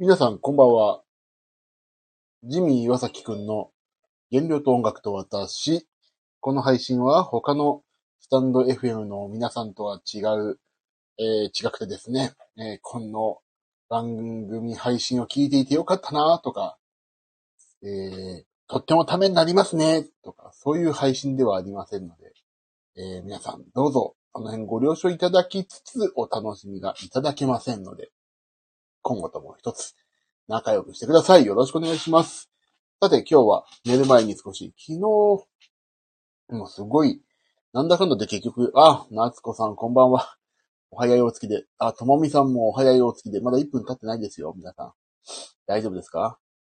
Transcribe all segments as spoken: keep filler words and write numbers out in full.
皆さん、こんばんは。ジミー岩崎くんの原料と音楽と私。この配信は他のスタンド エフエム の皆さんとは違う、えー、違くてですね、えー、この番組配信を聞いていてよかったなとか、えー、とってもためになりますねとか、そういう配信ではありませんので、えー、皆さんどうぞ、この辺ご了承いただきつつお楽しみがいただけませんので、今後とも一つ仲良くしてください。よろしくお願いします。さて今日は寝る前に少し、昨日、もうすごい、なんだかんだで結局、あ、夏子さんこんばんは。お早いお月で、あ、ともみさんもお早いお月で、まだいっぷん経ってないですよ、皆さん。大丈夫ですか？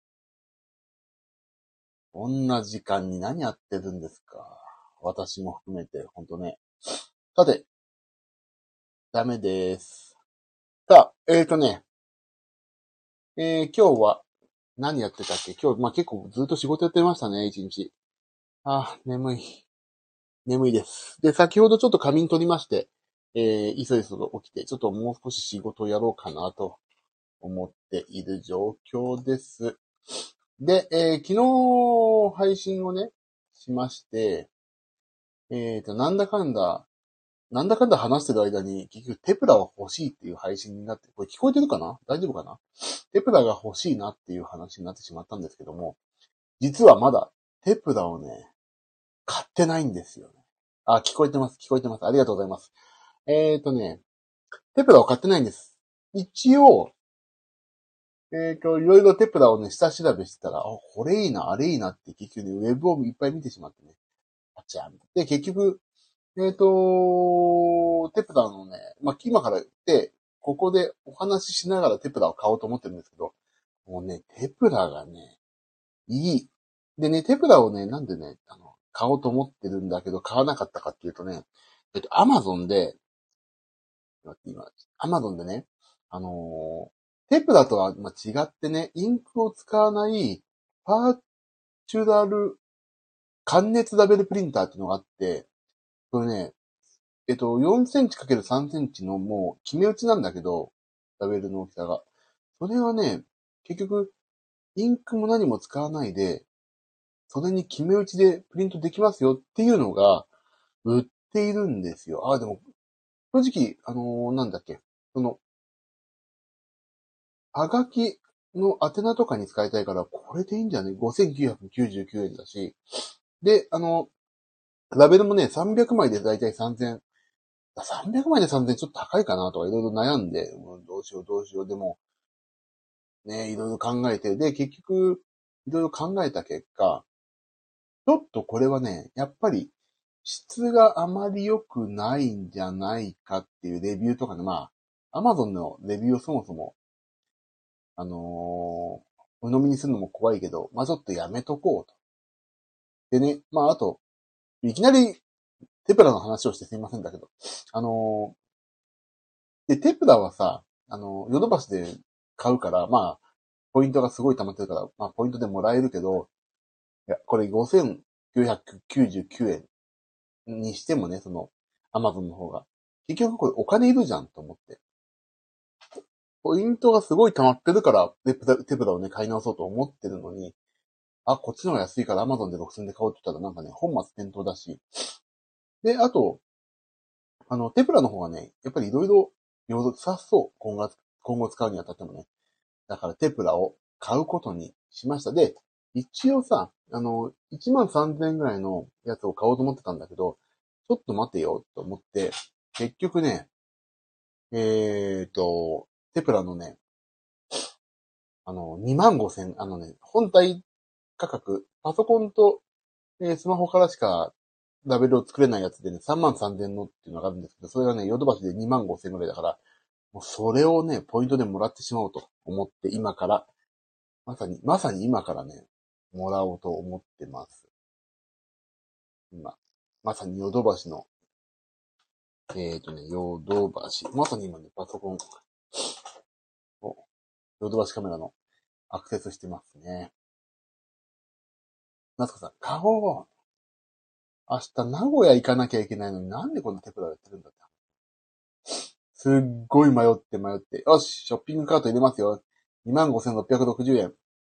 こんな時間に何やってるんですか？私も含めて、ほんとね。さて、ダメです。さあ、えーとね、えー、今日は何やってたっけ？今日、まあ、結構ずっと仕事やってましたね、一日。あ、眠い。眠いです。で、先ほどちょっと仮眠取りまして、えー、いそいそと起きて、ちょっともう少し仕事をやろうかなと思っている状況です。で、えー、昨日配信をね、しまして、えーと、なんだかんだ、なんだかんだ話してる間に、結局テプラは欲しいっていう配信になって、これ聞こえてるかな？大丈夫かな？テプラが欲しいなっていう話になってしまったんですけども、実はまだテプラをね、買ってないんですよね。あ、聞こえてます、聞こえてます。ありがとうございます。えーとね、テプラを買ってないんです。一応、えーと、いろいろテプラをね、下調べしてたら、あ、これいいな、あれいいなって結局ね、ウェブをいっぱい見てしまってね。あちゃん。で、結局、えーと、テプラのね、まあ、今から言って、ここでお話ししながらテプラを買おうと思ってるんですけど、もうね、テプラがね、いい。でね、テプラをね、なんでね、あの、買おうと思ってるんだけど、買わなかったかっていうとね、えっと、アマゾンで、今、アマゾンでね、あのー、テプラとはま違ってね、インクを使わないパーチュラル感熱ラベルプリンターっていうのがあって、これね、えっと、よんセンチかけるさんセンチのもう決め打ちなんだけど、ラベルの大きさが。それはね、結局、インクも何も使わないで、それに決め打ちでプリントできますよっていうのが売っているんですよ。あ、でも、正直、あのーなんだっけ、その、はがきの宛名とかに使いたいから、これでいいんじゃね？ ごせんきゅうひゃくきゅうじゅうきゅう 円だし。で、あの、ラベルもね、さんびゃくまいでだいたいさんぜん。さんびゃくまいでさんぜんちょっと高いかなとかいろいろ悩んで、もうどうしようどうしよう。でも、ね、いろいろ考えて、で、結局、いろいろ考えた結果、ちょっとこれはね、やっぱり、質があまり良くないんじゃないかっていうレビューとかね、まあ、アマゾンのレビューをそもそもあのー、鵜呑みにするのも怖いけど、まあ、ちょっとやめとこうと。でね、まあ、あと、いきなりテプラの話をしてすいませんだけど、あのー、で、テプラはさ、あのー、ヨドバシで買うから、まあ、ポイントがすごい溜まってるから、まあ、ポイントでもらえるけど、いや、これごせんきゅうひゃくきゅうじゅうきゅうえんにしてもね、その、アマゾンの方が。結局これお金いるじゃんと思って。ポイントがすごい溜まってるから、テプラ、テプラをね、買い直そうと思ってるのに、あ、こっちの方が安いから Amazon でろくせんで買おうって言ったらなんかね、本末転倒だし。で、あと、あの、テプラの方がね、やっぱりいろいろ用途さそう。今後、今後使うにあたってもね。だからテプラを買うことにしました。で、一応さ、あの、いちまんさんぜんえんぐらいのやつを買おうと思ってたんだけど、ちょっと待てよと思って、結局ね、えーと、テプラのね、あの、にまんごせん、あのね、本体価格、パソコンとえースマホからしかラベルを作れないやつでね、さんまんさんぜんのっていうのがあるんですけど、それがね、ヨドバシでにまんごせんぐらいだから、もうそれをね、ポイントでもらってしまおうと思って、今から、まさに、まさに今からね、もらおうと思ってます。今。まさにヨドバシの、えっ、ー、とね、ヨドバシ。まさに今ね、パソコンを、ヨドバシカメラのアクセスしてますね。夏子さん、買おう。明日名古屋行かなきゃいけないのになんでこんなテプラやってるんだって。すっごい迷って迷って、よし、ショッピングカート入れますよ。 にまんごせんろっぴゃくろくじゅうえん。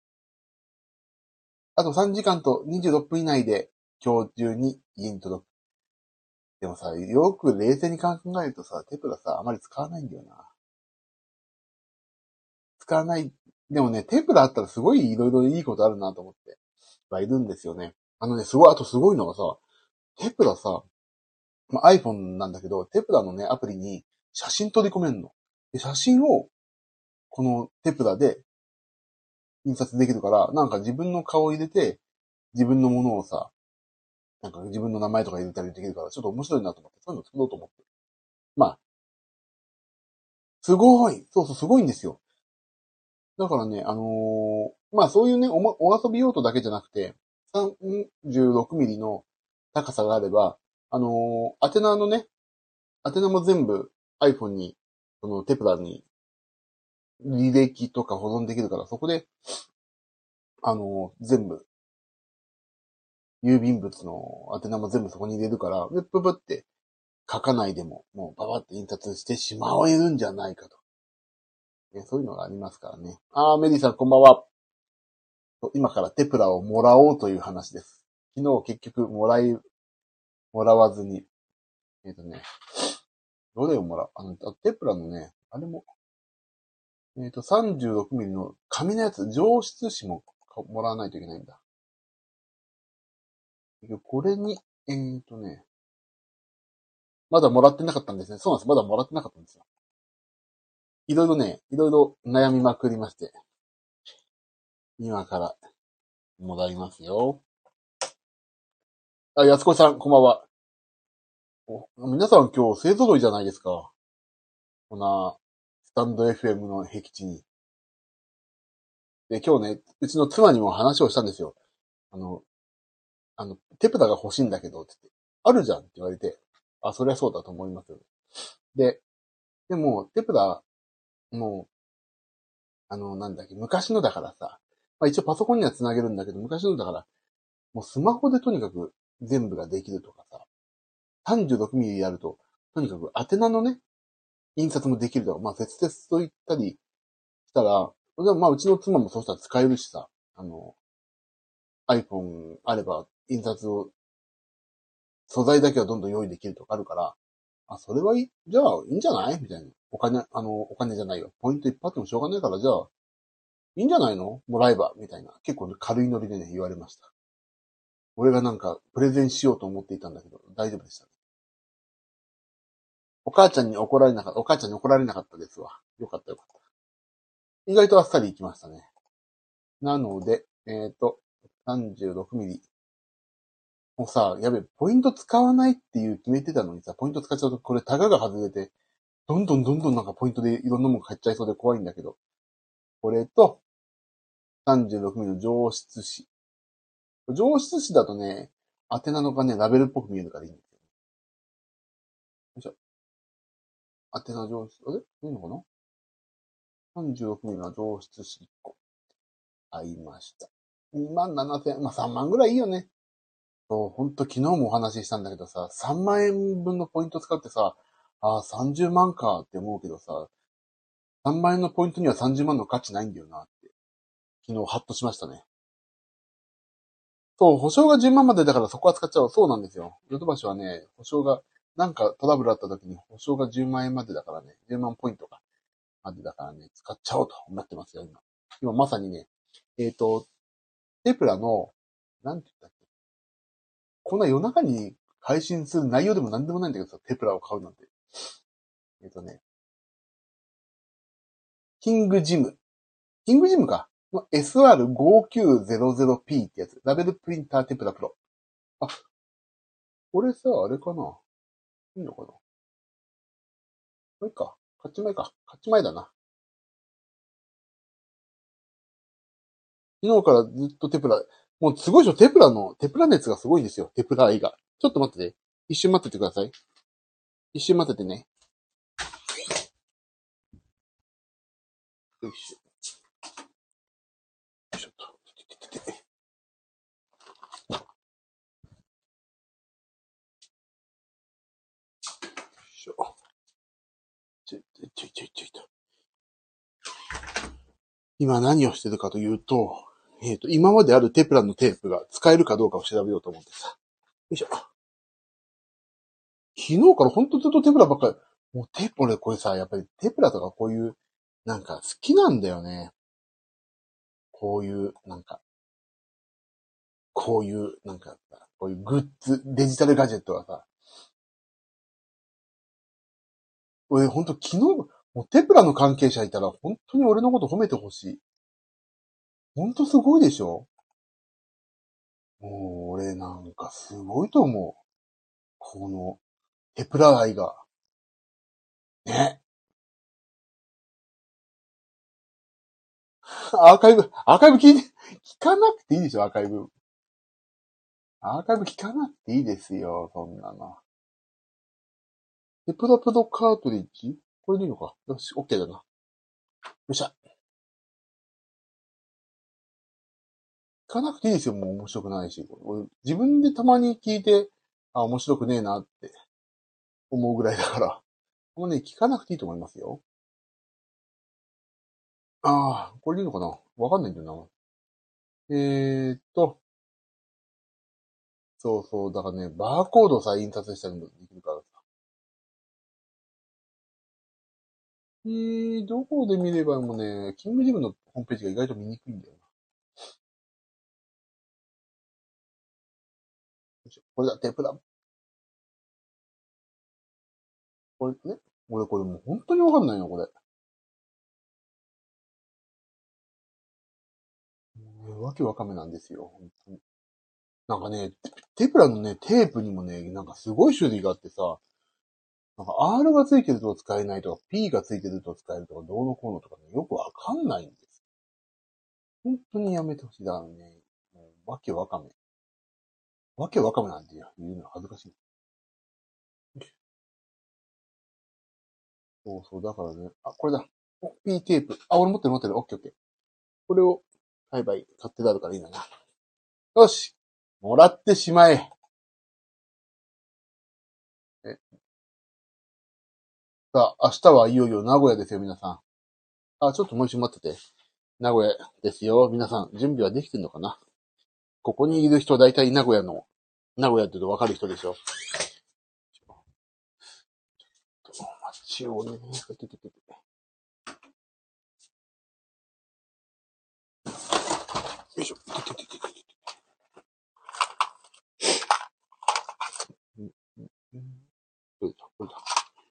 あとさんじかんとにじゅうろっぷん以内で今日中に家に届く。でもさ、よく冷静に考えるとさ、テプラさ、あまり使わないんだよな。使わない。でもね、テプラあったらすごいいろいろいいことあるなと思ってはいるんですよね。あのね、すごい、あとすごいのがさ、テプラさ、まあ、iPhone なんだけど、テプラのね、アプリに写真取り込めんの。で、写真を、このテプラで印刷できるから、なんか自分の顔を入れて、自分のものをさ、なんか自分の名前とか入れたりできるから、ちょっと面白いなと思って、そういうの作ろうと思って。まあ、すごいそうそう、すごいんですよ。だからね、あのーまあそういうね、おも、お遊び用途だけじゃなくて、さんじゅうろくミリの高さがあれば、あのー宛名のね、宛名も全部 iPhone に、そのテプラに履歴とか保存できるから、そこで、あのー全部、郵便物の宛名も全部そこに入れるから、で、ププって書かないでも、もうパパって印刷してしまえるんじゃないかと。ね、そういうのがありますからね。あー、メリーさんこんばんは。今からテプラをもらおうという話です。昨日結局もらい、もらわずに。えっ、とね、どれをもらうあの、テプラのね、あれも、えっ、と、さんじゅうろくミリの紙のやつ、上質紙ももらわないといけないんだ。これに、えっ、とね、まだもらってなかったんですね。そうなんです。まだもらってなかったんですよ。いろいろね、いろいろ悩みまくりまして、今からもらいますよ。あ、安子さん、こんばんは。お皆さん今日勢揃いじゃないですか。こんな、スタンド エフエム の僻地に。で、今日ね、うちの妻にも話をしたんですよ。あの、あの、テプラが欲しいんだけど、つって。あるじゃんって言われて。あ、そりゃそうだと思いますよ。で、でも、テプラ、もう、あの、なんだっけ、昔のだからさ。まあ一応パソコンには繋げるんだけど、昔のだから、もうスマホでとにかく全部ができるとかさ。さんじゅうろくミリやると、とにかく宛名のね、印刷もできるとか、まあ、節々と言ったりしたら、まあ、うちの妻もそうしたら使えるしさ、あの、iPhone あれば、印刷を、素材だけはどんどん用意できるとかあるから、あ、それはいい、じゃあ、いいんじゃないみたいな。お金、あの、お金じゃないよ。ポイントいっぱいあってもしょうがないから、じゃあ、いいんじゃないのもらえば、みたいな。結構、ね、軽いノリでね、言われました。俺がなんか、プレゼンしようと思っていたんだけど、大丈夫でしたね。お母ちゃんに怒られなかった、お母ちゃんに怒られなかったですわ。よかったよかった。意外とあっさりいきましたね。なので、えっ、と、さんじゅうろくミリ。もうさ、やべ、ポイント使わないっていう決めてたのにさ、ポイント使っちゃうと、これタガが外れて、どんどんどんどんなんかポイントでいろんなもの買っちゃいそうで怖いんだけど、これと、さんじゅうろくミリの上質紙。上質紙だとね、宛名のがね、ラベルっぽく見えるからいいんですよ。よいしょ。宛名上質、あれいいのかな ?さんじゅうろくミリの上質紙いっこ。買いました。にまんななせん、まあさんまんぐらいいいよね。そう、ほんと昨日もお話ししたんだけどさ、さんまん円分のポイント使ってさ、ああ、さんじゅうまんかって思うけどさ、さんまん円のポイントにはさんじゅうまんの価値ないんだよなって、昨日ハッとしましたね。そう、保証がじゅうまんまでだからそこは使っちゃおう。そうなんですよ。ヨドバシはね、保証が、なんかトラブルあった時に保証がじゅうまん円までだからね、じゅうまんポイントか、までだからね、使っちゃおうと思ってますよ、今。今まさにね、えっ、と、テプラの、なんて言ったっけ、こんな夜中に配信する内容でもなんでもないんだけどさ、テプラを買うなんて。えっ、とね、キングジム。キングジムか。エスアールごきゅうぜろぜろピー ってやつ。ラベルプリンターテプラプロ。あ、これさ、あれかな。いいのかな。これか。買っちまえか。買っちまえだな。昨日からずっとテプラ、もうすごいでしょ。テプラの、テプラ熱がすごいんですよ。テプラ愛が。ちょっと待ってて。一瞬待っててください。一瞬待っててね。よいしょ。よいしょと。よいしょ。ちょいちょいちょいちょいと。 今何をしてるかというと、えっと、今まであるテプラのテープが使えるかどうかを調べようと思ってさ。よいしょ。昨日からほんとずっとテプラばっかり。もうテープ、俺これさ、やっぱりテプラとかこういう、なんか好きなんだよね。こういう、なんか、こういう、なんか、こういうグッズ、デジタルガジェットがさ、俺ほんと昨日、もうテプラの関係者いたら本当に俺のこと褒めてほしい。ほんとすごいでしょ？もう俺なんかすごいと思う。この、テプラ愛が。ね。アーカイブ、アーカイブ聞いて、聞かなくていいでしょ、アーカイブ。アーカイブ聞かなくていいですよ、そんなの。テプラプロカートリッジこれでいいのか。よし、OK だな。よっしゃ。聞かなくていいですよ、もう面白くないし。俺自分でたまに聞いて、あ、面白くねえなって思うぐらいだから。もうね、聞かなくていいと思いますよ。ああ、これでいいのかなわかんないんだよな。えーっと、そうそう、だからね、バーコードさえ印刷したりもできるからさ。えー、どこで見ればもね、キングジムのホームページが意外と見にくいんだよな。よいしょこれだ、テープだ。これね。俺これもう本当にわかんないの、これ。ねわけわかめなんですよ、本当に。なんかね、テプラのね、テープにもね、なんかすごい種類があってさ、なんか アール がついてると使えないとか、P がついてると使えるとか、どうのこうのとかね、よくわかんないんです。本当にやめてほしい。だからね、もうわけわかめ。わけわかめなんて言うのは恥ずかしい。そうそう、だからね。あ、これだ。お P テープ。あ、俺持ってる持ってる。オッケーオッケー。これを、バイバイ買ってあるからいいんだな。よしもらってしまえ。え、さあ、明日はいよいよ名古屋ですよ、皆さん。あ、ちょっともう一瞬待ってて。名古屋ですよ。皆さん、準備はできてんのかな？ここにいる人、だいたい名古屋の、名古屋って言うとわかる人でしょ？街をね、よいしょ。これだ、これだ。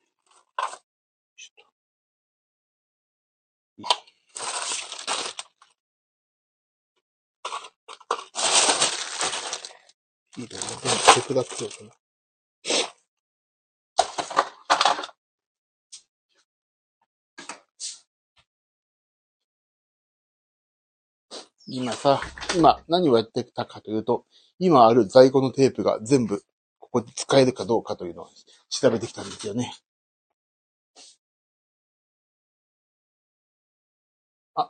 いいだね。手下ってようかな。今さ、今何をやってきたかというと、今ある在庫のテープが全部ここで使えるかどうかというのを調べてきたんですよね。あ、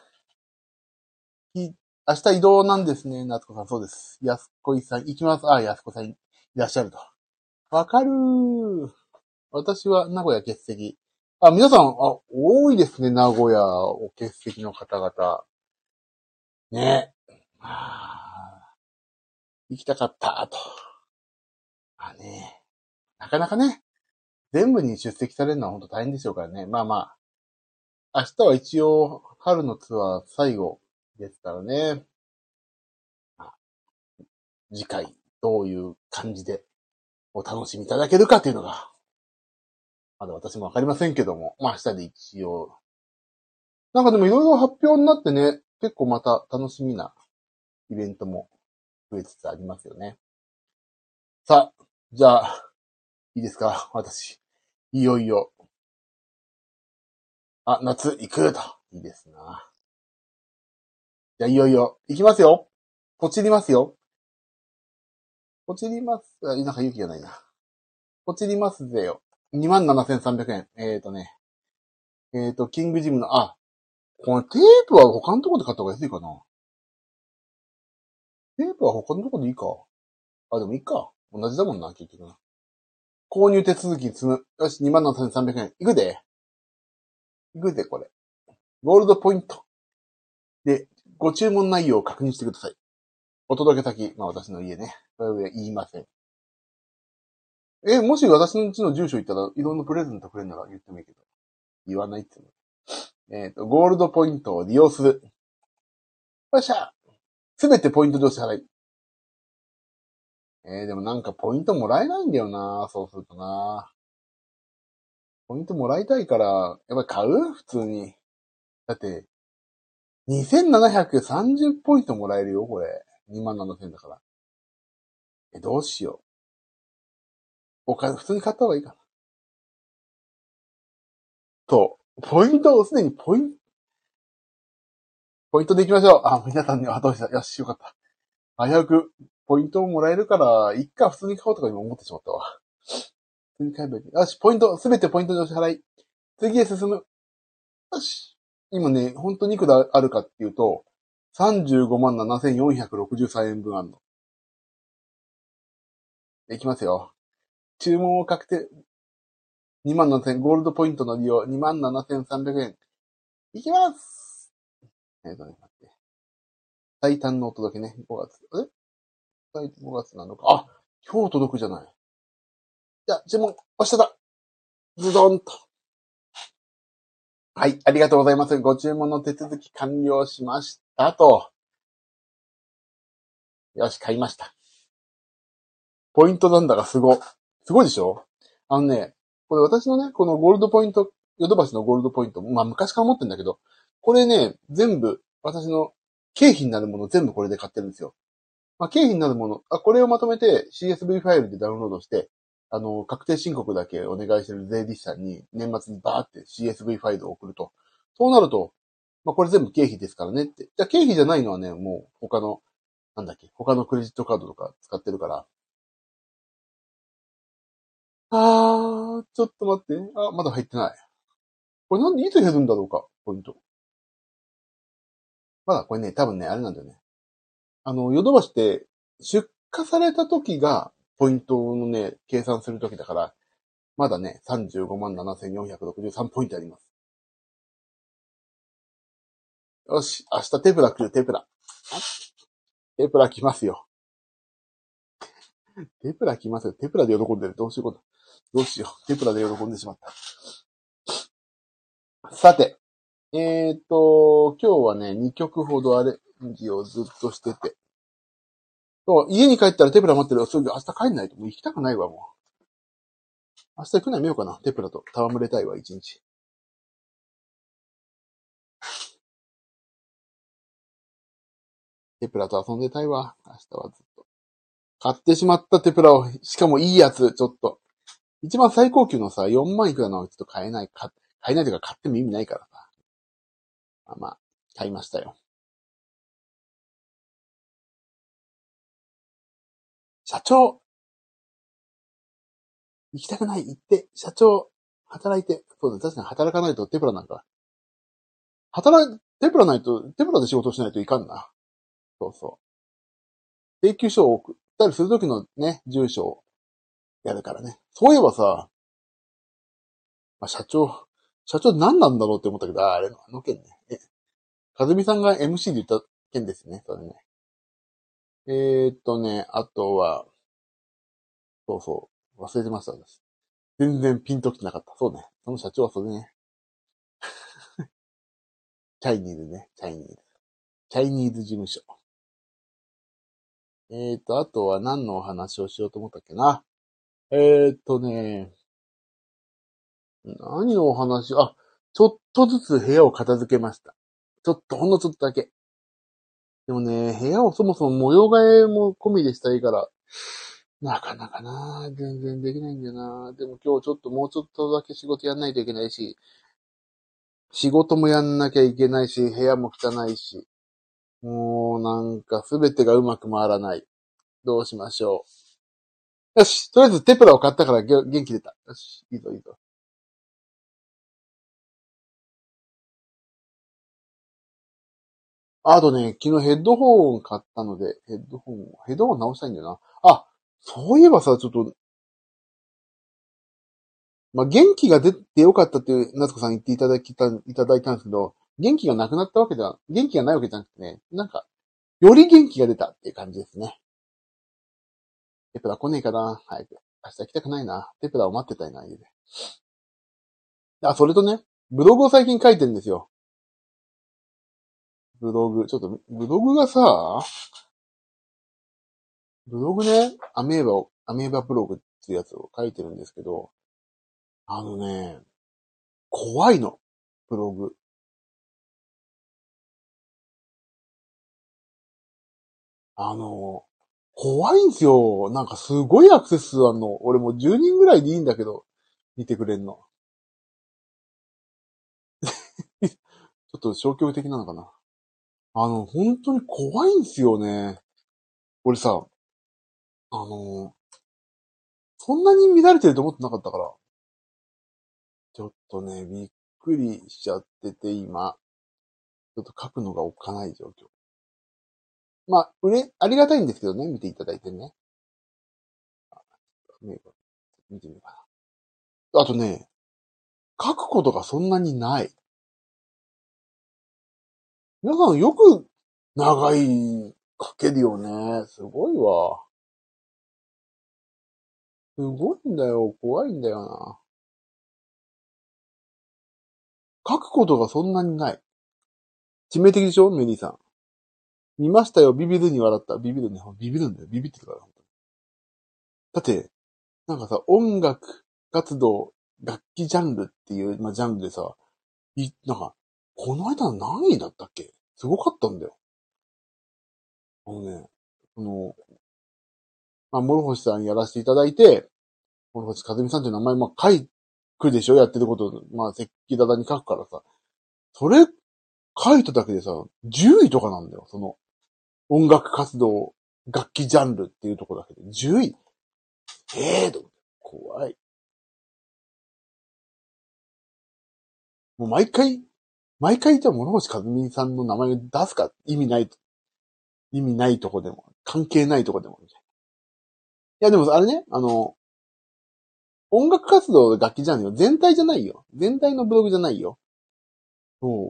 い明日移動なんですね、夏子さん。そうです。安子さん、行きます。あ、安子さんいらっしゃると。わかるー。私は名古屋欠席。あ、皆さん、あ、多いですね、名古屋を欠席の方々。ね。あ行きたかった、と。まあね。なかなかね、全部に出席されるのは本当大変でしょうからね。まあまあ、明日は一応、春のツアー最後ですからね。まあ、次回、どういう感じでお楽しみいただけるかというのが、まだ私もわかりませんけども、まあ明日で一応。なんかでもいろいろ発表になってね、結構また楽しみなイベントも増えつつありますよね。さあ、じゃあ、いいですか私。いよいよ、あ、夏行くと。いいですな。じゃあいよいよ、行きますよ。ポチりますよ。ポチります。あ、なんか勇気がないな。ポチりますぜよ。にまんななせんさんびゃくえん。えーとね。えーと、キングジムの、あ、このテープは他のところで買った方が安いかな。テープは他のところでいいか。あ、でもいいか。同じだもんな、結局な。購入手続きに積む。よし、にまんななせんさんびゃくえん。いくで。いくで、これ。ゴールドポイント。 で、ご注文内容を確認してください。お届け先、まあ私の家ね。それは言いません。え、もし私の家の住所言ったら、いろんなプレゼントくれるなら言ってもいいけど。言わないっていうの。えっ、と、ゴールドポイントを利用する。よっしゃすべてポイントでお支払い。えー、でもなんかポイントもらえないんだよな、そうするとな。ポイントもらいたいから、やっぱり買う普通に。だって、にせんななひゃくさんじゅうポイントもらえるよ、これ。にまんななせんだから。え、どうしよう。お金、普通に買った方がいいかな。そう。ポイントをすでにポイント、ポイントで行きましょう。あ、皆さんに後押しだ。よし、よかった。危うく、ポイントをもらえるから、いっか、普通に買おうとか今思ってしまったわ。普通に買えばいい。よし、ポイント、すべてポイントでお支払い。次へ進む。よし。今ね、本当にいくらあるかっていうと、さんじゅうごまんななせんよんひゃくろくじゅうさんえんぶんあるの。いきますよ。注文を確定、にまんななせん、ゴールドポイントの利用、にまんななせんさんびゃくえん。いきます。えっとね、待って。最短のお届けね、ごがつ。えごがつなのか。あ、今日届くじゃない。じゃあ、注文、押しただ。ズドンと。はい、ありがとうございます。ご注文の手続き完了しましたと。よし、買いました。ポイントなんだがすご。すごいでしょ？あのね、これ私のね、このゴールドポイント、ヨドバシのゴールドポイント、まあ昔から持ってんだけど、これね、全部、私の経費になるもの全部これで買ってるんですよ。まあ経費になるもの、あ、これをまとめて シーエスブイ ファイルでダウンロードして、あの、確定申告だけお願いしてる税理士さんに年末にバーって シーエスブイ ファイルを送ると。そうなると、まあこれ全部経費ですからねって。じゃあ経費じゃないのはね、もう他の、なんだっけ、他のクレジットカードとか使ってるから、あー、ちょっと待って。あ、まだ入ってない。これなんでいつ減るんだろうか、ポイント。まだこれね、多分ね、あれなんだよね。あの、ヨドバシって出荷された時がポイントのね、計算する時だから、まだね、さんじゅうごまんななせんよんひゃくろくじゅうさんポイントあります。よし、明日テプラ来る、テプラ。テプラ来ますよ。テプラ来ますよ。テプラで喜んでる。どうしようこと。どうしよう。テプラで喜んでしまった。さて、えーと、今日はね、にきょくほどアレンジをずっとしてて。そう、家に帰ったらテプラ待ってるよ。そう、明日帰んないと。もう行きたくないわ、もう。明日行くのやめようかな。テプラと戯れたいわ、一日。テプラと遊んでたいわ。明日はずっと。買ってしまったテプラを、しかもいいやつ、ちょっと。一番最高級のさ、よんまんいくらのはちょっと買えない、買買えないというか買っても意味ないからさ。まあまあ、買いましたよ。社長行きたくない行って、社長働いて。そうだ、確かに働かないとテプラなんか。働い、テプラないと、テプラで仕事しないといかんな。そうそう。請求書を送ったりするときのね、住所をやるからね。そういえばさ、まあ、社長、社長何なんだろうって思ったけど、あ、あれの、あの件ね。え、かずみさんが エムシー で言った件ですね、それね。えー、っとね、あとは、そうそう、忘れてました、私。全然ピンときてなかった。そうね。その社長はそれね。チャイニーズね、チャイニーズ。チャイニーズ事務所。えー、っと、あとは何のお話をしようと思ったっけな。えー、っとね、何のお話、あ、ちょっとずつ部屋を片付けました。ちょっと、ほんのちょっとだけ。でもね、部屋をそもそも模様替えも込みでしたいから、なかなかな、全然できないんだよな。でも今日ちょっともうちょっとだけ仕事やんないといけないし、仕事もやんなきゃいけないし、部屋も汚いし、もうなんかすべてがうまく回らない。どうしましょう。よし、とりあえずテプラを買ったから元気出た。よし、いいぞいいぞ。あとね、昨日ヘッドホン買ったので、ヘッドホン、ヘッドホン直したいんだよな。あ、そういえばさ、ちょっと、まあ、元気が出てよかったって、夏子さん言っていただきた、いただいたんですけど、 元気がなくなったわけでは、元気がないわけじゃなくてね、なんか、より元気が出たっていう感じですね。テプラ来ねえかな早く。明日行きたくないな。テプラを待ってたいな、家で。あ、それとね、ブログを最近書いてるんですよ。ブログ。ちょっと、ブログがさ、ブログね、アメーバを、アメーバブログっていうやつを書いてるんですけど、あのね、怖いの。ブログ。あの、怖いんすよ。なんかすごいアクセス数あんの。俺もうじゅうにんぐらいでいいんだけど、見てくれんの。ちょっと消極的なのかな。あの、本当に怖いんすよね。俺さ、あの、そんなに見られてると思ってなかったから、ちょっとね、びっくりしちゃってて、今。ちょっと書くのがおっかない状況。まあ、うれ、ありがたいんですけどね、見ていただいてね。ね見てみようかな。あとね、書くことがそんなにない。皆さんよく長い書けるよね。すごいわ。すごいんだよ。怖いんだよな。書くことがそんなにない。致命的でしょメリーさん。見ましたよ。ビビるに笑った。ビビるね。ビビるんだよ。ビビってたから。だって、なんかさ、音楽活動、楽器ジャンルっていう、まあ、ジャンルでさ、い、なんか、この間何位だったっけすごかったんだよ。あのね、あの、まあ、諸星さんやらせていただいて、諸星和美さんっていう名前、まあ、書くでしょやってること、まあ、石器棚に書くからさ、それ書いただけでさ、じゅういとかなんだよ。その、音楽活動、楽器ジャンルっていうとこだけで。じゅうい。ええー、と。怖い。もう毎回、毎回じゃあ諸星和美さんの名前を出すか意味ない、意味ないとこでも、関係ないとこでも。いやでもあれね、あの、音楽活動楽器ジャンルよ。全体じゃないよ。全体のブログじゃないよ。そう。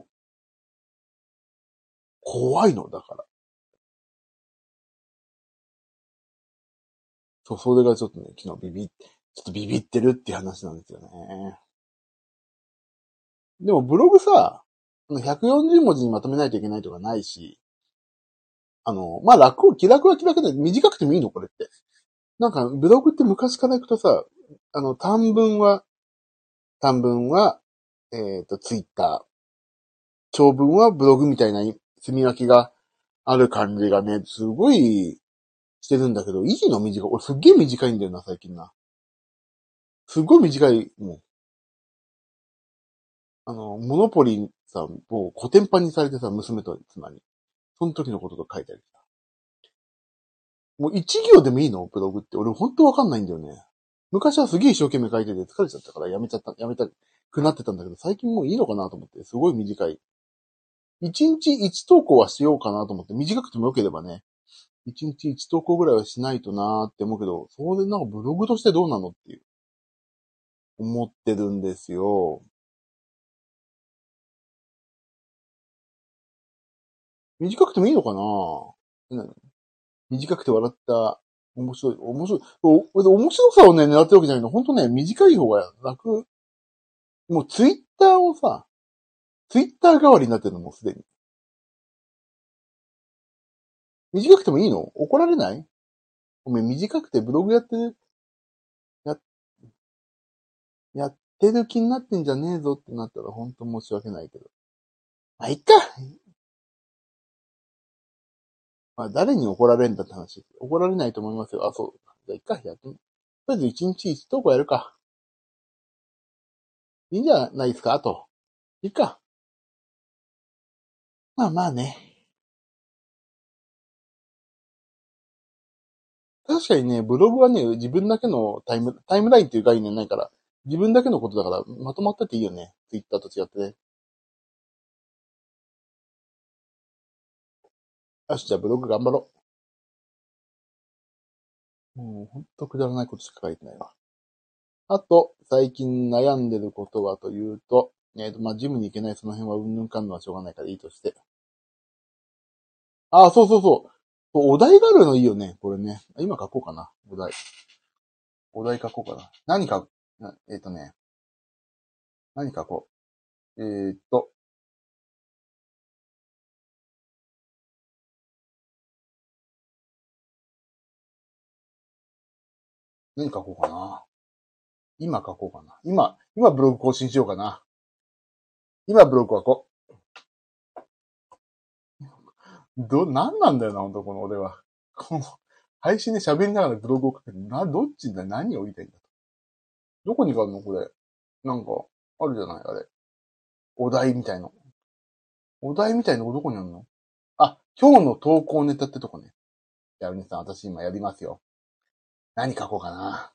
怖いの、だから。そう、それがちょっとね、昨日ビビっ、ちょっとビビってるっていう話なんですよね。でもブログさ、ひゃくよんじゅうもじにまとめないといけないとかないし、あの、まあ、楽を、気楽は気楽で短くてもいいのこれって。なんか、ブログって昔から行くとさ、あの、短文は、短文は、えっ、と、ツイッター。長文はブログみたいな積み分けがある感じがね、すごいしてるんだけど、いいの短い。俺すっげえ短いんだよな、最近な。すっごい短い、もう。あの、モノポリンさ、もうコテンパンにされてさ、娘と妻に。その時のことと書いてある。もう一行でもいいのブログって。俺ほんとわかんないんだよね。昔はすげえ一生懸命書いてて疲れちゃったからやめちゃった、やめたくなってたんだけど、最近もういいのかなと思って、すごい短い。一日一投稿はしようかなと思って、短くてもよければね。一日一投稿ぐらいはしないとなーって思うけど、それでなんかブログとしてどうなのっていう、思ってるんですよ。短くてもいいのかなな短くて笑った、面白い、面白い、お面白さをね、狙ってるわけじゃないの。ほんとね、短い方が楽。もうツイッターをさ、ツイッター代わりになってるのもうすでに。短くてもいいの怒られないおめえ短くてブログやってる、や、やってる気になってんじゃねえぞってなったらほんと申し訳ないけど。まあ、いっか。まあ、誰に怒られんだって話。怒られないと思いますよ。あ、そう。じゃあ、いっか。やってみ。とりあえず一日一投稿やるか。いいんじゃないですかあと。いいか。まあまあね。確かにね、ブログはね、自分だけのタイム、タイムラインっていう概念ないから、自分だけのことだから、まとまってていいよね。ツイッターと違ってね。よし、じゃあブログ頑張ろう。もうほんとくだらないことしか書いてないわ。あと、最近悩んでることはというと、 えっと、まあ、ジムに行けないその辺はうんぬんかんのはしょうがないからいいとして。ああ、そうそうそう。お題があるのいいよね、これね。今書こうかな、お題。お題書こうかな。何書く、えっとね、何書こう。えーっと、何書こうかな。今書こうかな。今、今ブログ更新しようかな。今ブログ書こう。ど、なんなんだよな、ほんとこの俺は。この、配信で喋りながらブログを書く。な、どっちだ、何を言いたいんだと。どこに書くのこれ。なんか、あるじゃないあれ。お題みたいの。お題みたいのどこにあるの？あ、今日の投稿ネタってとこね。じゃあ、皆さん、私今やりますよ。何書こうかな。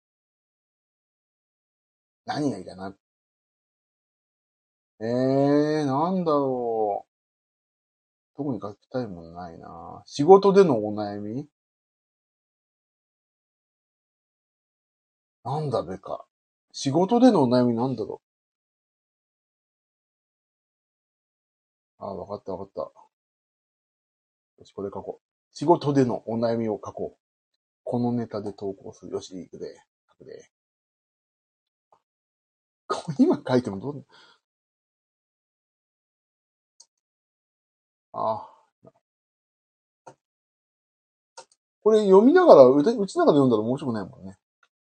何がいいかな。えー、なんだろう。特に書きたいものないな。仕事でのお悩みなんだべか。仕事でのお悩みなんだろう。あ、わかったわかった。よし、これ書こう。仕事でのお悩みを書こう。このネタで投稿する。よし、行くで。書くで。これ今書いてもどう、あ、これ読みながら、うちながら読んだら面白くないもんね。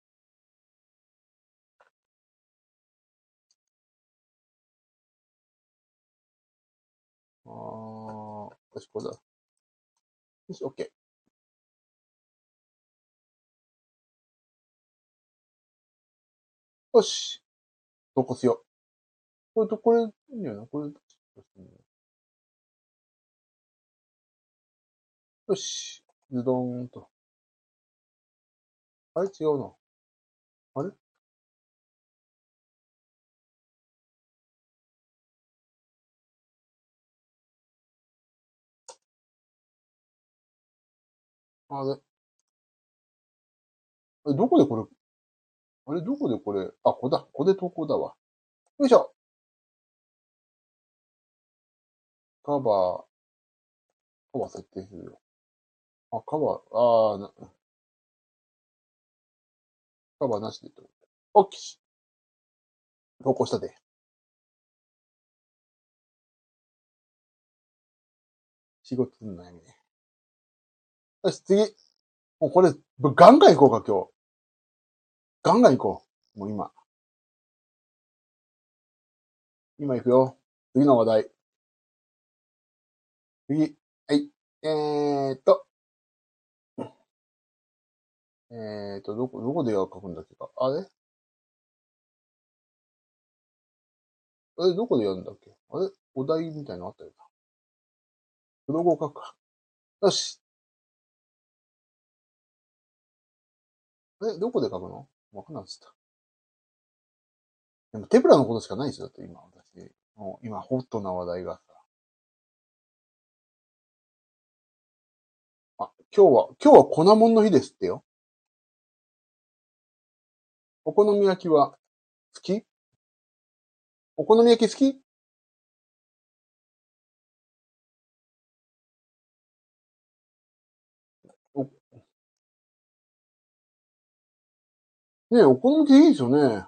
あー、よし、これだ。よし、オッケー。よし、投稿しよう。これと、これ、いいんじゃないこれ、よし、ズドーンと。あれ違うな。あれあれえ、どこでこれ、あれどこでこれ、あ、ここだ。ここで投稿だわ。よいしょ。カバー、カバー設定するよ。あ、カバー、あーな、カバーなしでと。オッケー。投稿したで。仕事の悩みね。よし、次。もうこれ、ガンガン行こうか、今日。ガンガン行こう。もう今。今行くよ。次の話題。次。はい。えーっと、えーっと、どこ、どこで書くんだっけか。あれあれ、どこでやるんだっけあれお題みたいなのあったよな。ブログを書くか。よし。え、どこで書くのわかんなくなっちゃった。でも、テプラのことしかないですよ。だって今、私。もう今、ホットな話題がさ。あ、今日は、今日は粉もんの日ですってよ。お好み焼きは好き？お好み焼き好き？お、ねえ、お好み焼きいいですよね。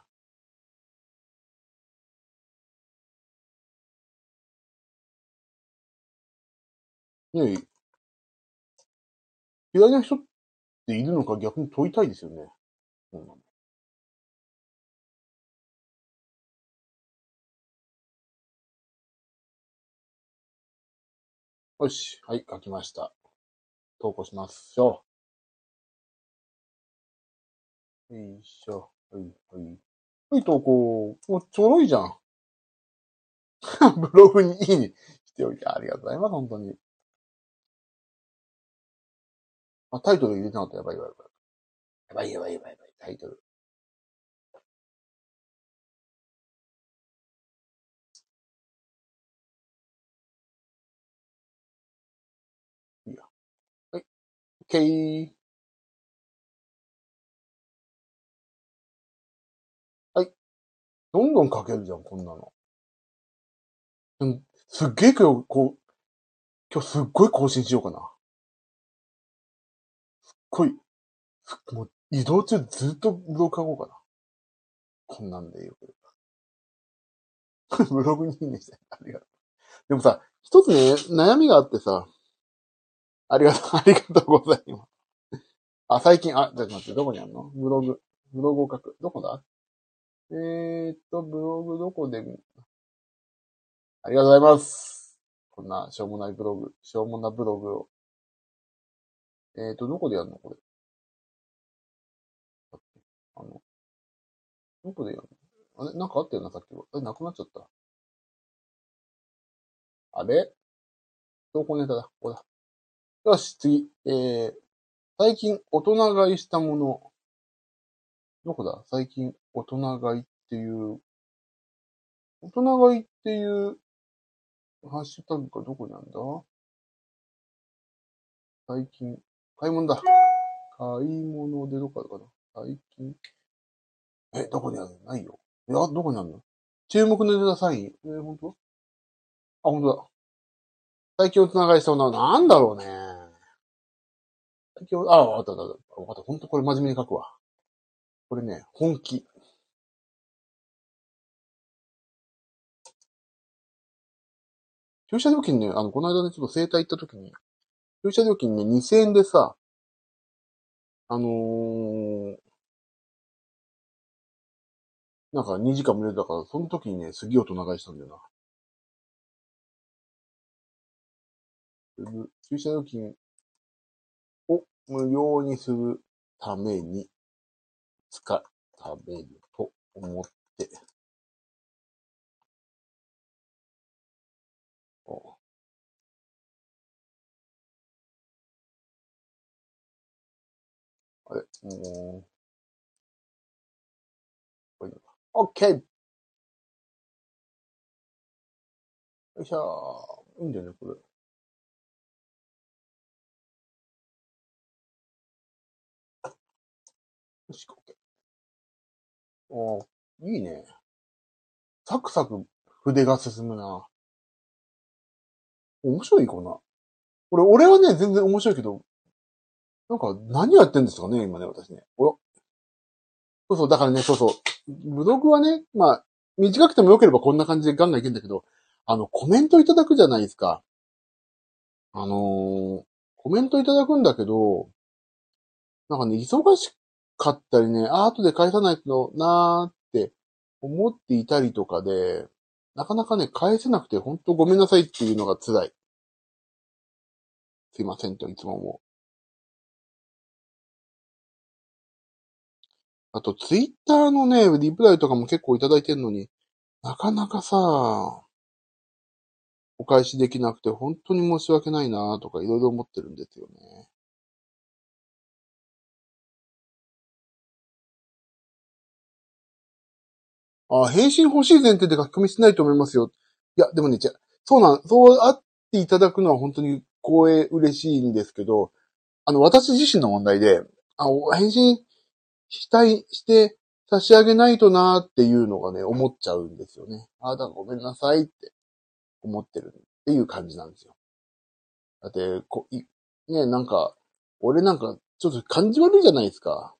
ねえ、嫌いな人っているのか逆に問いたいですよね。うん、よし。はい、書きました。投稿しましょう。よいしょ。はい、はい。はい、投稿。もうちょろいじゃん。ブログにいいねしておいてありがとうございます、本当に。あ、タイトル入れてなかった。やばいやばいやばい。やばいやばいやばいやばい。タイトル。いいや。はい、オッケー。はい。どんどん書けるじゃん、こんなの。 うん、すっげえ今日、こう、今日すっごい更新しようかな。すっごい、もう移動中ずっとブログ書こうかな。こんなんでよ。ブログにいいねして。ありがとう。でもさ、一つね、悩みがあってさ、ありがとう、ありがとうございます。あ、最近、あ、ちょっと待って、どこにあるのブログ。ブログを書く。どこだえーっと、ブログどこで見、ありがとうございます。こんな、しょうもないブログ、しょうもなブログを。えーっと、どこでやるのこれ。あの、どこでやるのあれなんかあったよな、さっきは。え、なくなっちゃった。あれ投稿ネタだ。ここだ。よし、次。えー、最近大人買いしたもの。どこだ最近大人買いっていう、大人買いっていうハッシュタグがどこにあるんだ最近。買い物だ。買い物でどこかな最近。え、どこにあるのないよ。いや、どこにあるの注目のネタサイン。えー、ほんとあ、ほんとだ。最近大人買いしたものはなんだろうね。最近、あ、わかったわかった。わかった。ほんとこれ真面目に書くわ。これね、本気。駐車料金ね、あの、この間ね、ちょっと整体行った時に、駐車料金ね、にせんえんでさ、あのー、なんかにじかん無料だから、その時にね、すげえ大人買いしたんだよな。駐車料金を無料にするために、使うためにと思って、おあれ、もう、これいいのか。オッケーよいしょー。いいんだよね、これ。よし、オッケー。おー、いいね。サクサク筆が進むな。面白いかな。俺、俺はね、全然面白いけど、なんか、何やってんですかね、今ね、私ね。およそうそう、だからね、そうそう。ブログはね、まあ、短くても良ければこんな感じでガンガンいけんだけど、あの、コメントいただくじゃないですか。あのーコメントいただくんだけど、なんかね、忙しかったりね、あ、後で返さないとなーって思っていたりとかで、なかなかね、返せなくて、ほんとごめんなさいっていうのが辛い。すいませんといつも思う。あと、ツイッターのね、リプライとかも結構いただいてるのに、なかなかさ、お返しできなくて本当に申し訳ないなとかいろいろ思ってるんですよね。あ、返信欲しい前提で書き込みしないと思いますよ。いや、でもね、じゃ、そうなん、そうあっていただくのは本当に光栄嬉しいんですけど、あの、私自身の問題で、あ、返信したい、して差し上げないとなっていうのがね、思っちゃうんですよね。あ、だからごめんなさいって思ってるっていう感じなんですよ。だって、こ、い、ね、なんか、俺なんか、ちょっと感じ悪いじゃないですか。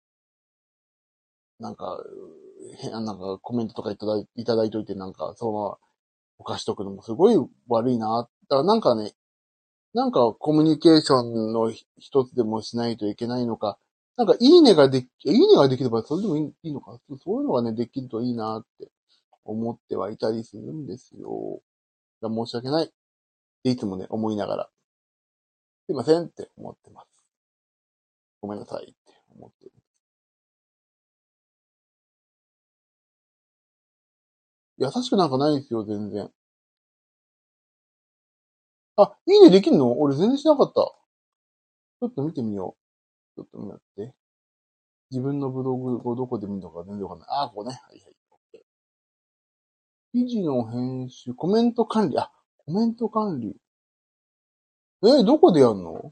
なんか、へなんかコメントとかいただいいただいといて、なんか、その、お貸しとくのもすごい悪いな。だからなんかね、なんかコミュニケーションの一つでもしないといけないのか、なんかいいねができ、いいねができればそれでもいいいいのか、そういうのがね、できるといいなって思ってはいたりするんですよ。だから申し訳ないっていつもね、思いながら、すいませんって思ってます。ごめんなさいって思ってる。優しくなんかないですよ、全然。あ、いいねできんの俺全然しなかった。ちょっと見てみよう。ちょっと見って。自分のブログをどこで見るのか全然わかんない。あ、ここね。はいはい。記事の編集、コメント管理。あ、コメント管理。え、どこでやんの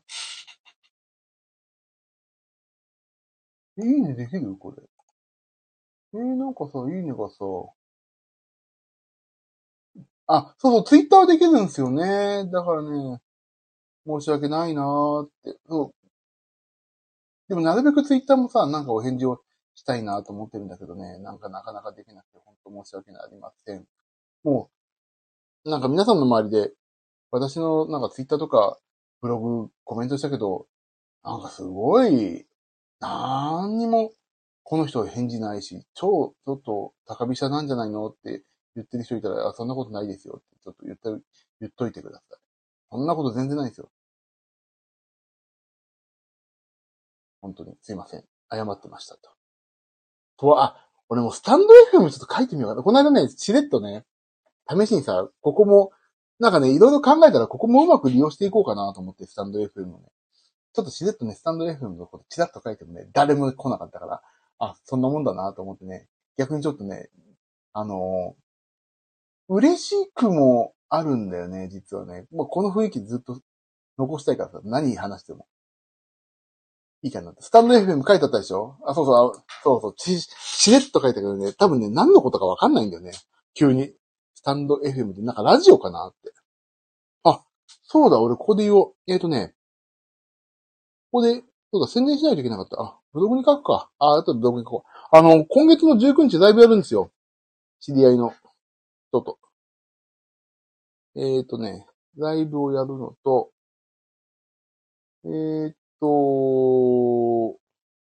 いいねできるこれ。えーなんかさ、いいねがさ、 あ、そうそう、ツイッターはできるんですよね。だからね、申し訳ないなーって。そう。でもなるべくツイッターもさ、なんかお返事をしたいなと思ってるんだけどね、なんかなかなかできなくて、本当申し訳ありません。もう、なんか皆さんの周りで、私のなんかツイッターとか、ブログコメントしたけど、なんかすごい、なんにも、この人返事ないし、超、ちょっと、高飛車なんじゃないのって言ってる人いたら、あ、そんなことないですよって、ちょっと言った、言っといてください。そんなこと全然ないですよ。本当に。すいません。謝ってましたと。とは、あ、俺もスタンド エフエム ちょっと書いてみようかな。この間ね、しれっとね、試しにさ、ここも、なんかね、いろいろ考えたら、ここもうまく利用していこうかなと思って、スタンド エフエム をね。ちょっとしれっとね、スタンド エフエム のことチラッと書いてもね、誰も来なかったから、あ、そんなもんだなと思ってね、逆にちょっとね、あのー、嬉しくもあるんだよね、実はね。もうこの雰囲気ずっと残したいからさ、何話してもいいかなって。スタンド エフエム 書いてあったでしょ？あ、そうそう、そうそう、し、しれっと書いたけどね、多分ね、何のことかわかんないんだよね。急に。スタンド エフエム ってなんかラジオかなって。あ、そうだ、俺ここで言おう。えっ、ー、とね、ここで、そうだ、宣伝しないといけなかった。あ、ブログに書くか。あ、あとブログに書こう。あの、今月のじゅうくにちライブやるんですよ。知り合いの人と。えっ、ー、とね、ライブをやるのと、えっ、ー、と、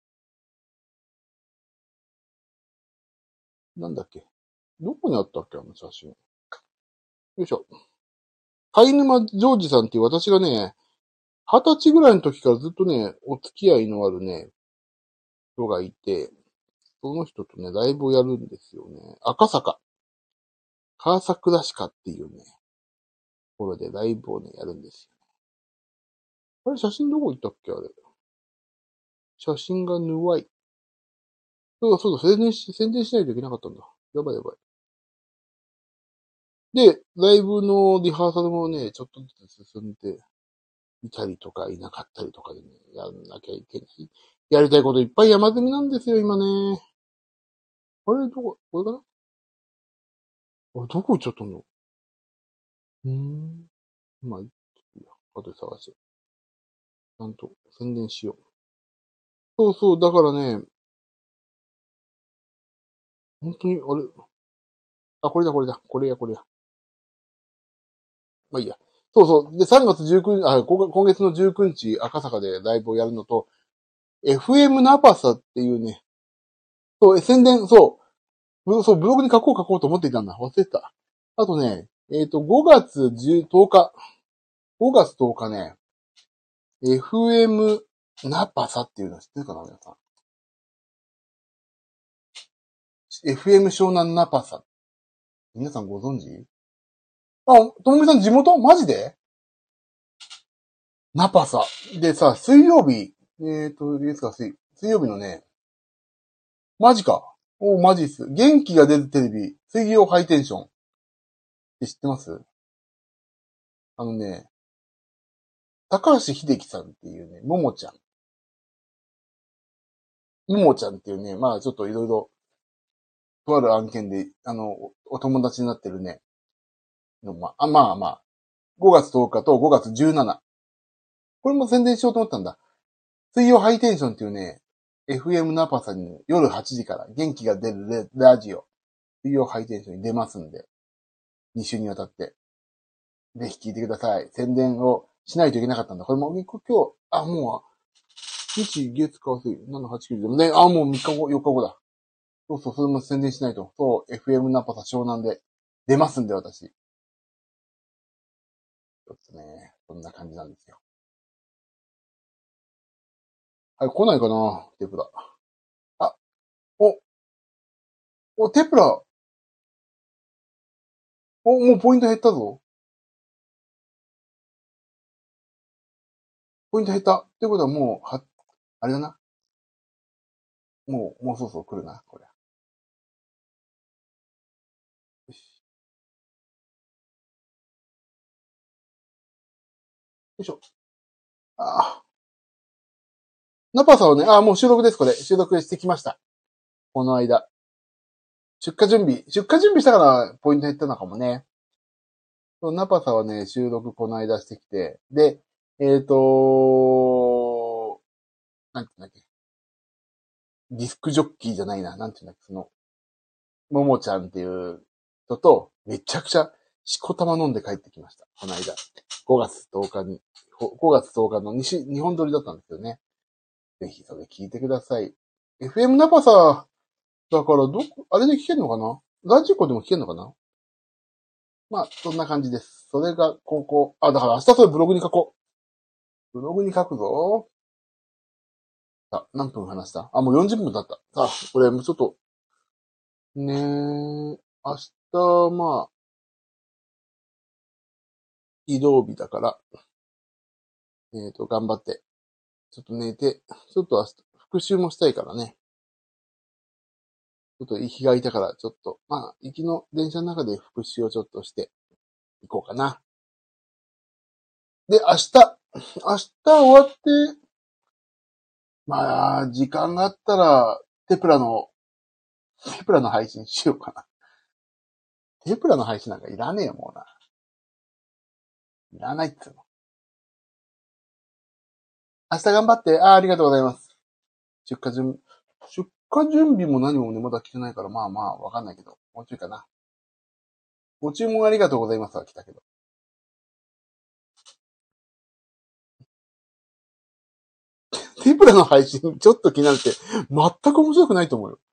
なんだっけ。どこにあったっけ、あの写真。よいしょ。貝沼ジョージさんっていう私がね、二十歳ぐらいの時からずっとね、お付き合いのあるね、人がいて、その人とね、ライブをやるんですよね。赤坂。川桜鹿っていうね、ところでライブをね、やるんですよ。あれ、写真どこ行ったっけあれ。写真がぬわい。そうだそうだ、宣伝し、宣伝しないといけなかったんだ。やばいやばい。で、ライブのリハーサルもね、ちょっとずつ進んでいたりとかいなかったりとかでね、やんなきゃいけない。やりたいこといっぱい山積みなんですよ、今ね。あれ、どこ、これかなあれ、どこ行っちゃったんだろう。うーん。まあ、いいや。後で探して。ちゃんと宣伝しよう。そうそう、だからね、本当に、あれ、あ、これだ、これだ、これや、これや。まあいいや。そうそう。で、さんがつじゅうくにち、あ、今今月のじゅうくにち、赤坂でライブをやるのと、エフエム ナパサっていうね、そう、宣伝、そう、ブそう、ブログに書こう書こうと思っていたんだ。忘れてた。あとね、えっ、と、ごがつじゅう、とおか、ごがつとおかね、エフエム ナパサっていうの知ってるかな皆さん。エフエム 湘南ナパサ。皆さんご存知？あ、ともみさん地元マジで？ナパサ。でさ、水曜日、えっ、と、いつか水、水曜日のね、マジか。おマジっす。元気が出るテレビ、水曜ハイテンションって知ってます？あのね、高橋秀樹さんっていうね、ももちゃん。ももちゃんっていうね、まあちょっといろいろ、とある案件で、あの、おお友達になってるね、のまあ、まあまあ、ごがつとおかとごがつじゅうしち。これも宣伝しようと思ったんだ。水曜ハイテンションっていうね、エフエム ナパさんに夜はちじから元気が出るラジオ、水曜ハイテンションに出ますんで、に週にわたって、ぜひ聞いてください。宣伝をしないといけなかったんだ。これも今日、あ、もう、日、月、火、水、なな、はち、きゅう、でもね、あ、もうみっかご、よっかごだ。そうそう、それも宣伝しないと。そう、エフエム ナパサ湘南で出ますんで、私。ちょっとね、こんな感じなんですよ。はい、来ないかなテプラ。あ、お、お、テプラ、お、もうポイント減ったぞ。ポイント減った。ってことはもう、は、あれだな。もう、もうそろそろ来るな、これ。よし。よいしょ。ああ。ナパさんはね、ああ、もう収録です、これ。収録してきました。この間。出荷準備。出荷準備したから、ポイント減ったのかもね。 ナパサはね、収録この間してきて、で、えっ、となんていうんだっけ、ディスクジョッキーじゃないな、なんていうんだっけ、その、ももちゃんっていう人と、めちゃくちゃ、しこたま飲んで帰ってきました。この間。ごがつとおかに。ごがつとおかの西、日本撮りだったんですよね。ぜひそれ聞いてください。エフエム ナパサだからどこ、あれで聞けるのかな、ラジコでも聞けるのかな。まあ、そんな感じです。それが、ここ、あ、だから明日それブログに書こう。ブログに書くぞ。あ、何分話したあ、もうよんじゅっぷん経った。さあ、これもうちょっと、ねえ、明日、まあ、移動日だから、えっと、頑張って、ちょっと寝て、ちょっと明日、復習もしたいからね。ちょっと日が空いたから、ちょっと、まあ、行きの電車の中で復習をちょっとしていこうかな。で、明日、明日終わって、まあ、時間があったら、テプラの、テプラの配信しようかな。テプラの配信なんかいらねえよ、もうな。いらないっつうの。明日頑張って、ああ、ありがとうございます。出荷準、出荷準備も何もね、まだ来てないから、まあまあ、わかんないけど、もうちょいかな。ご注文ありがとうございますは来たけど。テプラの配信、ちょっと気になるって、全く面白くないと思うよ。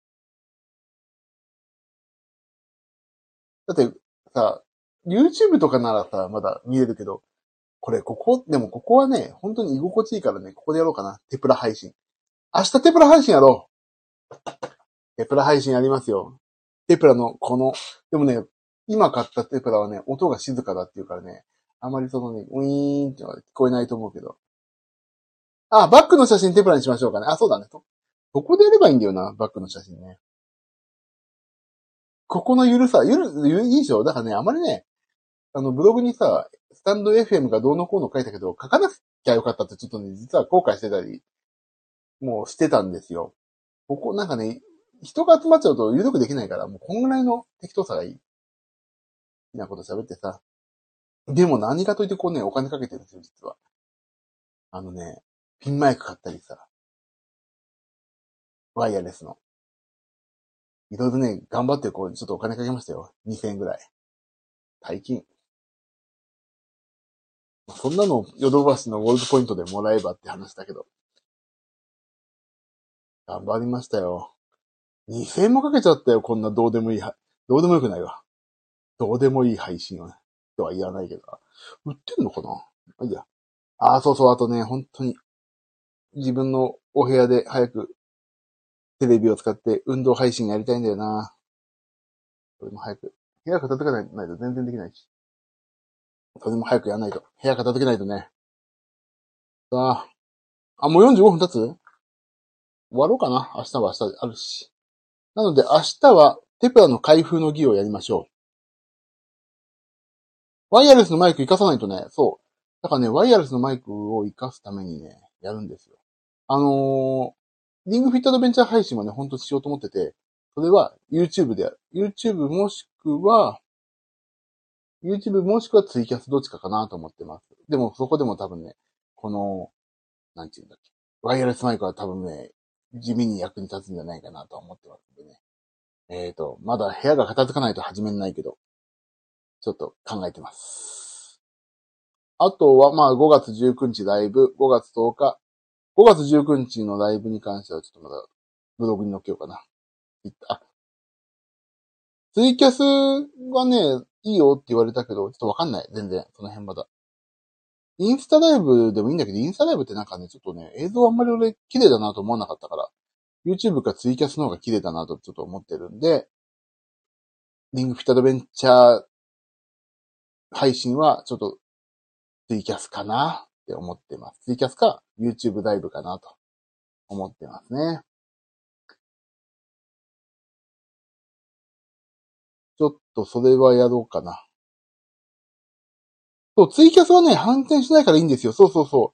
だって、さ、YouTube とかならさ、まだ見れるけど、これ、ここ、でもここはね、本当に居心地いいからね、ここでやろうかな。テプラ配信。明日テプラ配信やろう。テプラ配信やりますよ。テプラのこの、でもね、今買ったテプラはね、音が静かだっていうからね、あまりそのね、ウィーンってのは聞こえないと思うけど。あ、バックの写真テプラにしましょうかね。あ、そうだね。そ、そこでやればいいんだよな、バックの写真ね。ここのゆるさ、ゆる、ゆるいいでしょ。だからね、あまりね、あの、ブログにさ、スタンド エフエム がどうのこうの書いたけど、書かなきゃよかったってちょっとね、実は後悔してたり、もうしてたんですよ。ここなんかね、人が集まっちゃうと有力できないから、もうこんぐらいの適当さがいい。好きなこと喋ってさ。でも何かといってこうね、お金かけてるんですよ、実は。あのね、ピンマイク買ったりさ、ワイヤレスの。いろいろね、頑張ってこう、ちょっとお金かけましたよ。にせんえんぐらい。大金。そんなの、ヨドバシのゴールドポイントでもらえばって話だけど。頑張りましたよ。にせんえんもかけちゃったよ、こんなどうでもいいは、どうでもよくないわ。どうでもいい配信をね。とは言わないけど。売ってんのかな。まあいいや。ああ、そうそう、あとね、本当に、自分のお部屋で早くテレビを使って運動配信やりたいんだよな。それも早く。部屋片付けないと全然できないし。それも早くやらないと。部屋片付けないとね。さあ、あ、もうよんじゅうごふん経つ終わろうかな。明日は明日あるし。なので明日はテプラの開封の儀をやりましょう。ワイヤレスのマイク活かさないとね、そう。だからね、ワイヤレスのマイクを活かすためにね、やるんですよ。あのー、リングフィットアドベンチャー配信はね、ほんとしようと思ってて、それは YouTube でやる。YouTube もしくは、YouTube もしくはツイキャスどっちかかなと思ってます。でもそこでも多分ね、この、なんていうんだっけ。ワイヤレスマイクは多分ね、地味に役に立つんじゃないかなと思ってますんでね。えっと、まだ部屋が片付かないと始めないけど、ちょっと考えてます。あとは、まあ、ごがつじゅうくにちライブ、ごがつとおか、ごがつじゅうくにちのライブに関してはちょっとまだブログに載っけようかな。あ、ツイキャスはね、いいよって言われたけど、ちょっとわかんない。全然、その辺まだ。インスタライブでもいいんだけど、インスタライブってなんかね、ちょっとね、映像あんまり俺綺麗だなと思わなかったから、YouTube かツイキャスの方が綺麗だなとちょっと思ってるんで、リングフィットアドベンチャー配信はちょっとツイキャスかなって思ってます。ツイキャスか YouTube ライブかなと思ってますね。ちょっとそれはやろうかな。そう、ツイキャスはね、反転しないからいいんですよ。そうそうそう。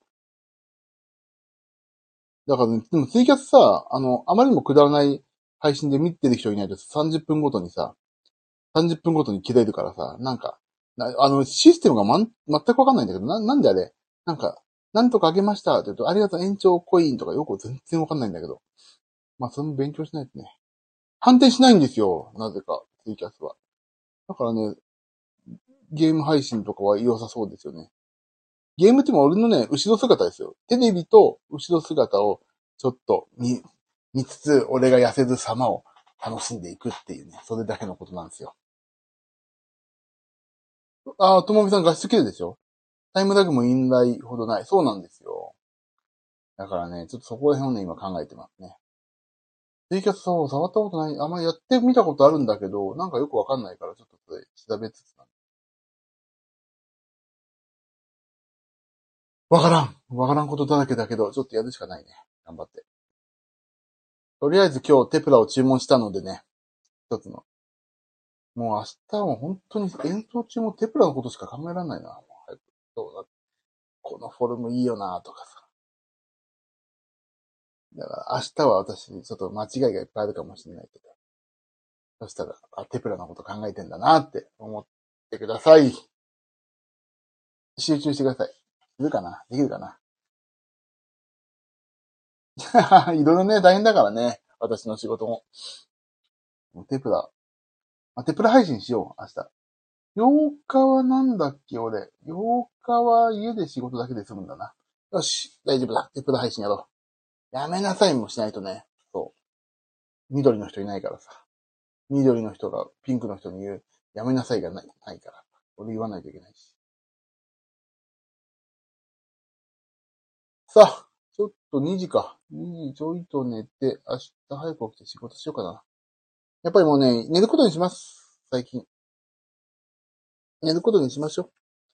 だからね、でもツイキャスさ、あの、あまりにもくだらない配信で見てる人いないとさんじゅっぷんごとにさ、さんじゅっぷんごとに切れるからさ、なんか、 なあの、システムがまん、全くわかんないんだけど、な、なんであれなんか、なんとかあげましたって言うと、ありがとう延長コインとかよく全然わかんないんだけど。まあ、それも勉強しないとね。反転しないんですよ。なぜか、ツイキャスは。だからね、ゲーム配信とかは良さそうですよね。ゲームっても俺のね、後ろ姿ですよ。テレビと後ろ姿をちょっと見、見つつ、俺が痩せる様を楽しんでいくっていうね、それだけのことなんですよ。ああ、ともみさん画質綺麗でしょ？タイムラグもインライほどない。そうなんですよ。だからね、ちょっとそこら辺をね、今考えてますね。ツイキャスそう触ったことない。あんまりやってみたことあるんだけど、なんかよくわかんないから、ちょっとそれ調べつつなんで。わからん。わからんことだらけだけど、ちょっとやるしかないね。頑張って。とりあえず今日テプラを注文したのでね、一つの。もう明日は本当に演奏中もテプラのことしか考えられないな。もう早くそうだ。このフォルムいいよなとかさ。だから明日は私、ちょっと間違いがいっぱいあるかもしれないけど。そしたら、あ、テプラのこと考えてんだなって思ってください。集中してください。いるかな？できるかな？いろいろね、大変だからね。私の仕事も。もうテプラ。あ、テプラ配信しよう、明日。ようかはなんだっけ、俺。ようかは家で仕事だけで済むんだな。よし、大丈夫だ。テプラ配信やろう。やめなさいもしないとね。そう。緑の人いないからさ。緑の人がピンクの人に言う、やめなさいがない、ないから。俺言わないといけないし。さあ、ちょっとにじか。にじちょいと寝て、明日早く起きて仕事しようかな。やっぱりもうね、寝ることにします。最近。寝ることにしましょう。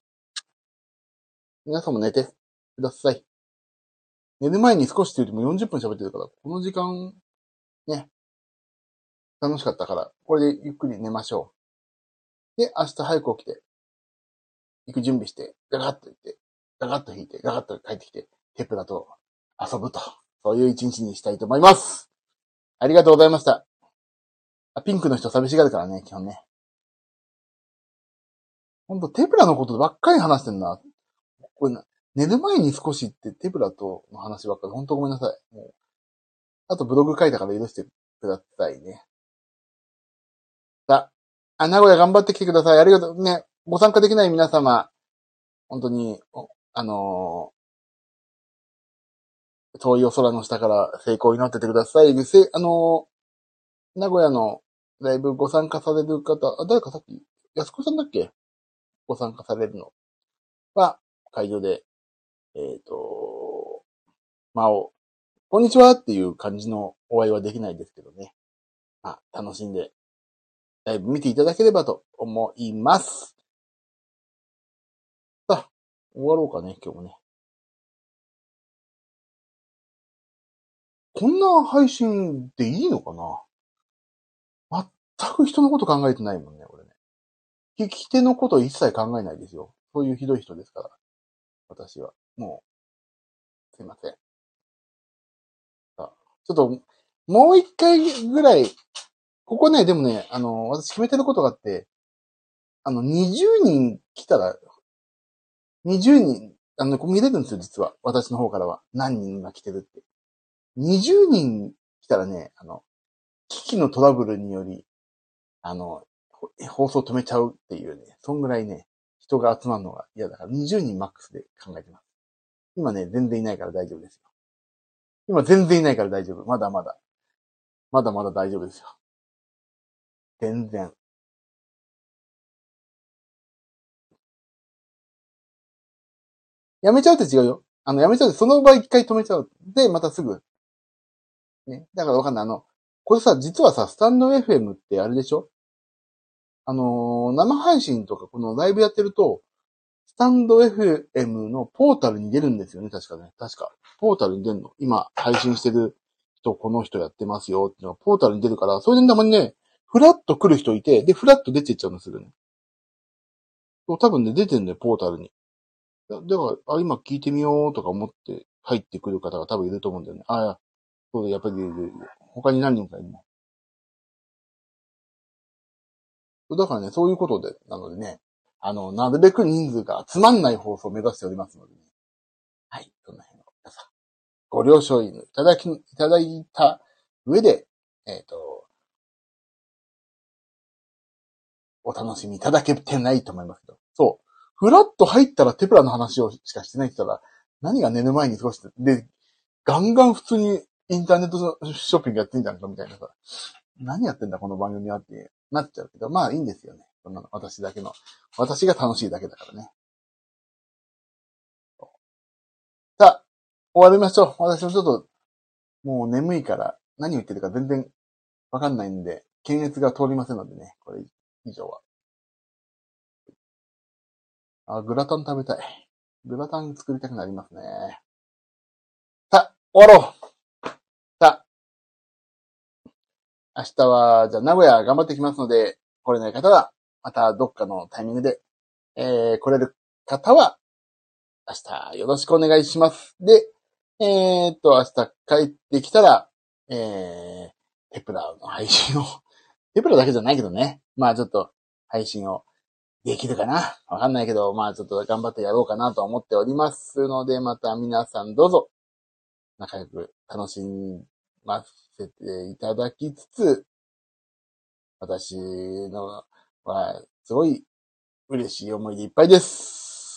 皆さんも寝てください。寝る前に少しって言うともうよんじゅっぷん喋ってるから、この時間、ね、楽しかったから、これでゆっくり寝ましょう。で、明日早く起きて、行く準備して、ガガッと行って、ガガッと引いて、ガガッと帰ってきて、テプラと遊ぶと。そういう一日にしたいと思います。ありがとうございました。あ、ピンクの人寂しがるからね、基本ね。ほんと、テプラのことばっかり話してんな。これな、寝る前に少しってテプラとの話ばっかり、ほんとごめんなさい。もう、あとブログ書いたから許してくださいね。さあ、名古屋頑張ってきてください。ありがとう。ね、ご参加できない皆様、本当に、あのー、遠いお空の下から成功を祈っててください。で、せ、あのー、名古屋のライブご参加される方、あ、誰かさっき、安子さんだっけ？ご参加されるのは、会場で、えっと、まあ、お、こんにちはっていう感じのお会いはできないですけどね。まあ、楽しんで、ライブ見ていただければと思います。さあ、終わろうかね、今日もね。こんな配信でいいのかな？全く人のこと考えてないもんね、俺ね。聞き手のこと一切考えないですよ。そういうひどい人ですから。私は。もう、すいません。あちょっと、もう一回ぐらい、ここね、でもね、あの、私決めてることがあって、あの、にじゅうにん来たら、にじゅうにん、あの、ここ見れるんですよ、実は。私の方からは。何人が来てるって。にじゅうにん来たらね、あの、機器のトラブルにより、あの、放送止めちゃうっていうね、そんぐらいね、人が集まるのが嫌だから、にじゅうにんマックスで考えてます。今ね、全然いないから大丈夫ですよ。今全然いないから大丈夫。まだまだ。まだまだ大丈夫ですよ。全然。やめちゃうって違うよ。あの、やめちゃうって、その場合一回止めちゃう。で、またすぐ。ね。だからわかんない。あの、これさ、実はさ、スタンド エフエム ってあれでしょ？あのー生配信とかこのライブやってると、スタンド エフエム のポータルに出るんですよね、確かね。確か。ポータルに出るの。今、配信してる人、この人やってますよっていうのがポータルに出るから、それでたまにね、フラッと来る人いて、で、フラッと出ていっちゃうんですよね。そう多分ね、出てんだよ、ポータルに。だだから、あ、今聞いてみようとか思って入ってくる方が多分いると思うんだよね。ああ、そうだ、やっぱりいるいるいる。他に何人かいるの。だからね、そういうことで、なのでね。 あの、なるべく人数が集まんない放送を目指しておりますのでね。はい。その辺を皆さん、ご了承いただき、いただいた上で、えっと、お楽しみいただけてないと思いますけど。そう。フラッと入ったらテプラの話をしかしてないって言ったら、何が寝る前に過ごして、で、ガンガン普通にインターネットショッピングやってんじゃんかみたいなさ。何やってんだこの番組はってなっちゃうけど、まあいいんですよね。そんなの私だけの。私が楽しいだけだからね。さあ、終わりましょう。私もちょっと、もう眠いから何言ってるか全然わかんないんで、検閲が通りませんのでね。これ以上は。あ、グラタン食べたい。グラタン作りたくなりますね。さあ、終わろう。さあ、明日は、じゃあ名古屋頑張ってきますので、来れない方は、またどっかのタイミングで、えー、来れる方は、明日よろしくお願いします。で、えーっと、明日帰ってきたら、えー、テプラの配信を、テプラだけじゃないけどね。まあちょっと、配信をできるかなわかんないけど、まあちょっと頑張ってやろうかなと思っておりますので、また皆さんどうぞ、仲良く楽しませていただきつつ、私のは、すごい嬉しい思いでいっぱいです。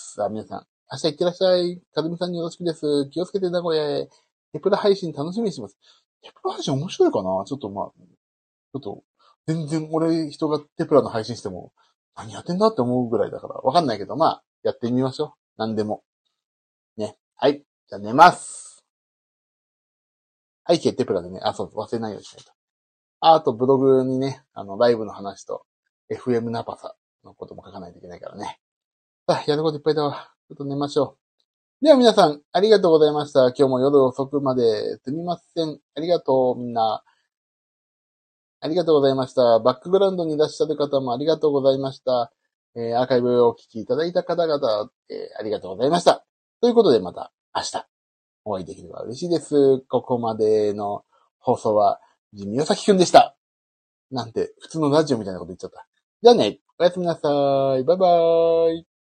さあ、皆さん、明日行ってらっしゃい。かずみさんによろしくです。気をつけて名古屋へ。テプラ配信楽しみにしてます。テプラ配信面白いかなちょっとまあ、ちょっと、全然俺人がテプラの配信しても、何やってんだって思うぐらいだから、わかんないけど、まあ、やってみましょう。何でも。ね。はい。じゃあ寝ます。背景テプラでね、あ、そう、忘れないようにしないと。あ、あとブログにね、あの、ライブの話と、エフエム ナパサのことも書かないといけないからね。さあ、やることいっぱいだわ。ちょっと寝ましょう。では皆さん、ありがとうございました。今日も夜遅くまですみません。ありがとう、みんな。ありがとうございました。バックグラウンドにいらっしゃる方もありがとうございました。えー、アーカイブをお聞きいただいた方々、えー、ありがとうございました。ということでまた明日お会いできれば嬉しいです。ここまでの放送は、ジミヨサキくんでした。なんて、普通のラジオみたいなこと言っちゃった。じゃあね、おやすみなさい。バイバーイ。